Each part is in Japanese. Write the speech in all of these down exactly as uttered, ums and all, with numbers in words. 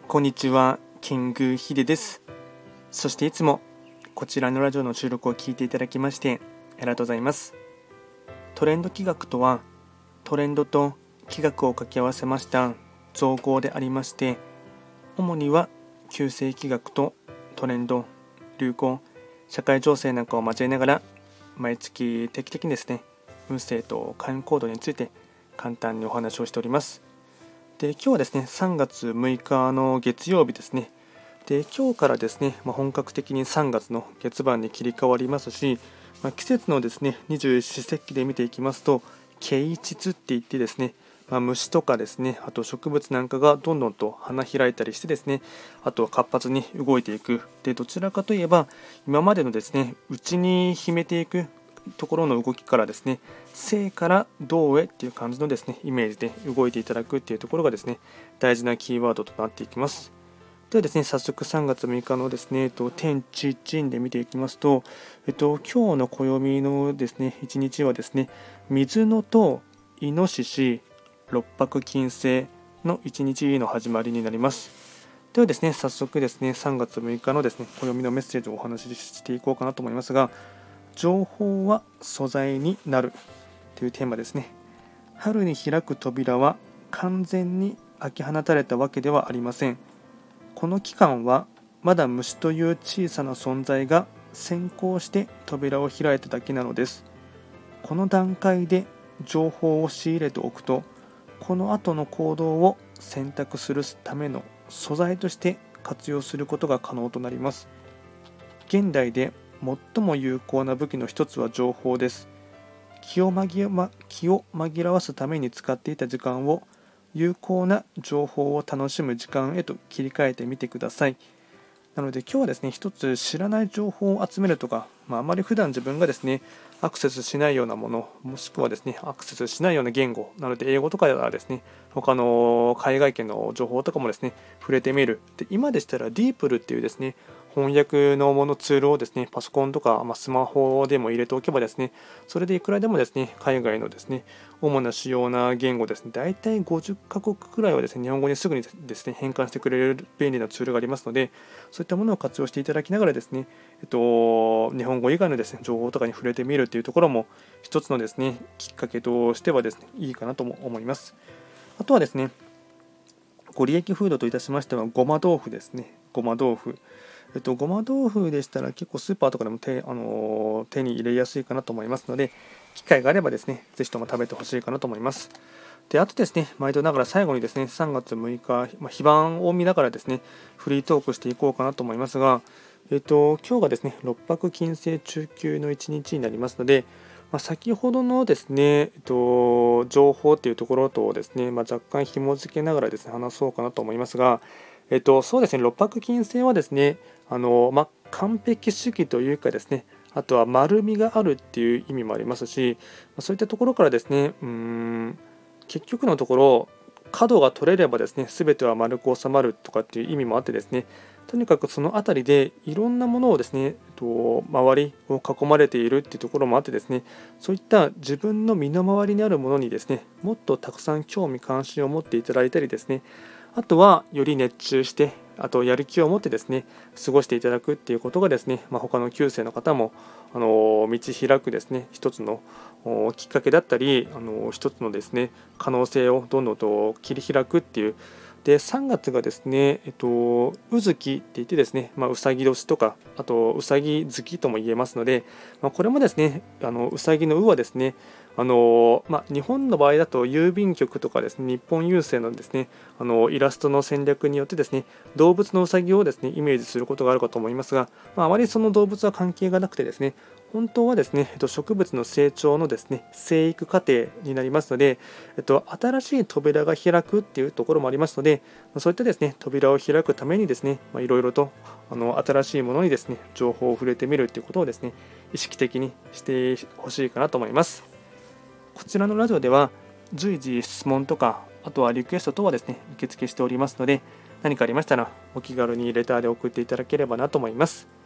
こんにちは、キングヒデです。そしていつもこちらのラジオの収録を聞いていただきましてありがとうございます。トレンド企画とは、トレンドと企画を掛け合わせました造語でありまして、主には旧世企画とトレンド、流行、社会情勢なんかを交えながら、毎月定期的にですね、運勢と開運行動について簡単にお話をしております。で、今日はですね、さんがつむいかの月曜日ですね。で、今日からですね、まあ、本格的にさんがつの月番に切り替わりますし、まあ、季節のですね、二十四節気で見ていきますと、啓蟄って言ってですね、まあ、虫とかですね、あと植物なんかがどんどんと花開いたりしてですね、あと活発に動いていく。で、どちらかといえば、今までのですね、内に秘めていくところの動きからですね、静から動へっていう感じのですね、イメージで動いていただくっていうところがですね、大事なキーワードとなっていきます。ではですね、早速さんがつむいかのですね、えっと、天地人で見ていきますと、えっと、今日の暦のですね、いちにちはですね、水のとイノシシ、六白金星のいちにちの始まりになります。ではですね、早速ですね、さんがつむいかのですね、暦のメッセージをお話ししていこうかなと思いますが、情報は素材になるというテーマですね。春に開く扉は完全に開き放たれたわけではありません。この期間はまだ虫という小さな存在が先行して扉を開いただけなのです。この段階で情報を仕入れておくと、この後の行動を選択するための素材として活用することが可能となります。現代で最も有効な武器の一つは情報です。気を紛ら、ま、気を紛らわすために使っていた時間を有効な情報を楽しむ時間へと切り替えてみてください。なので今日はですね、一つ知らない情報を集めるとか、まあ、あまり普段自分がですね、アクセスしないようなもの、もしくはですね、アクセスしないような言語、なので英語とかではですね、他の海外圏の情報とかもですね、触れてみる。で、今でしたら ディープル っていうですね、翻訳のものツールをですね、パソコンとか、まあ、スマホでも入れておけばですね、それでいくらでもですね、海外のですね、主な主要な言語ですね、大体ごじゅっかこくくらいはですね、日本語にすぐにですね、変換してくれる便利なツールがありますので、そういったものを活用していただきながらですね、えっと、日本語以外のですね、情報とかに触れてみるというところも一つのですね、きっかけとしてはですね、いいかなとも思います。あとはですね、ご利益フードといたしましては、ごま豆腐ですね。ごま豆腐。えっと、ごま豆腐でしたら結構スーパーとかでも 手,、あのー手に入れやすいかなと思いますので、機会があればですね、ぜひとも食べてほしいかなと思います。で、あとですね、毎度ながら最後にですね、さんがつむいか、まあ、非番を見ながらですね、フリートークしていこうかなと思いますが、えっと、今日がですね、六白金星中級のいちにちになりますので、まあ、先ほどのですね、えっと、情報というところとですね、まあ、若干紐付けながらですね、話そうかなと思いますが、えっと、そうですね、六白金星はですね、あの、まあ、完璧主義というかですね、あとは丸みがあるっていう意味もありますし、そういったところからですね、うーん、結局のところ、角が取れればですね、全ては丸く収まるとかっていう意味もあってですね、とにかくそのあたりでいろんなものをですね、と周りを囲まれているっていうところもあってですね、そういった自分の身の回りにあるものにですね、もっとたくさん興味関心を持っていただいたりですね、あとはより熱中して、あとやる気を持ってですね、過ごしていただくっていうことがですね、まあ、他のきゅう世の方もあの道開くですね、一つのきっかけだったり、あの一つのですね、可能性をどんどんと切り開くっていう。で、さんがつがですね、えっと、うずきって言ってですね、まあ、うさぎ年とか、あとうさぎ月とも言えますので、まあ、これもですね、あのうさぎのうはですね、あのまあ、日本の場合だと郵便局とかですね、日本郵政のですね、あのイラストの戦略によってですね、動物のうさぎをですね、イメージすることがあるかと思いますが、まあ、あまりその動物は関係がなくてですね、本当はですね、えっと、植物の成長のですね、生育過程になりますので、えっと、新しい扉が開くっていうところもありますので、そういったですね、扉を開くためにですね、まあ、いろいろとあの新しいものにですね、情報を触れてみるっていうことをですね、意識的にしてほしいかなと思います。こちらのラジオでは随時質問とか、あとはリクエスト等はですね、受付しておりますので、何かありましたらお気軽にレターで送っていただければなと思います。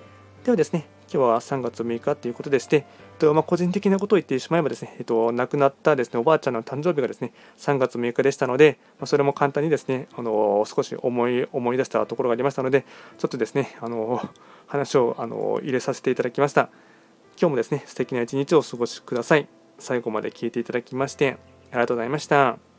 ではですね、今日はさんがつむいかということでして、えっとまあ、個人的なことを言ってしまえばですね、えっと、亡くなったですね、おばあちゃんの誕生日がですね、さんがつむいかでしたので、まあ、それも簡単にですね、あの少し思い思い出したところがありましたので、ちょっとですね、あの話をあの入れさせていただきました。今日もですね、素敵な一日をお過ごしください。最後まで聞いていただきまして、ありがとうございました。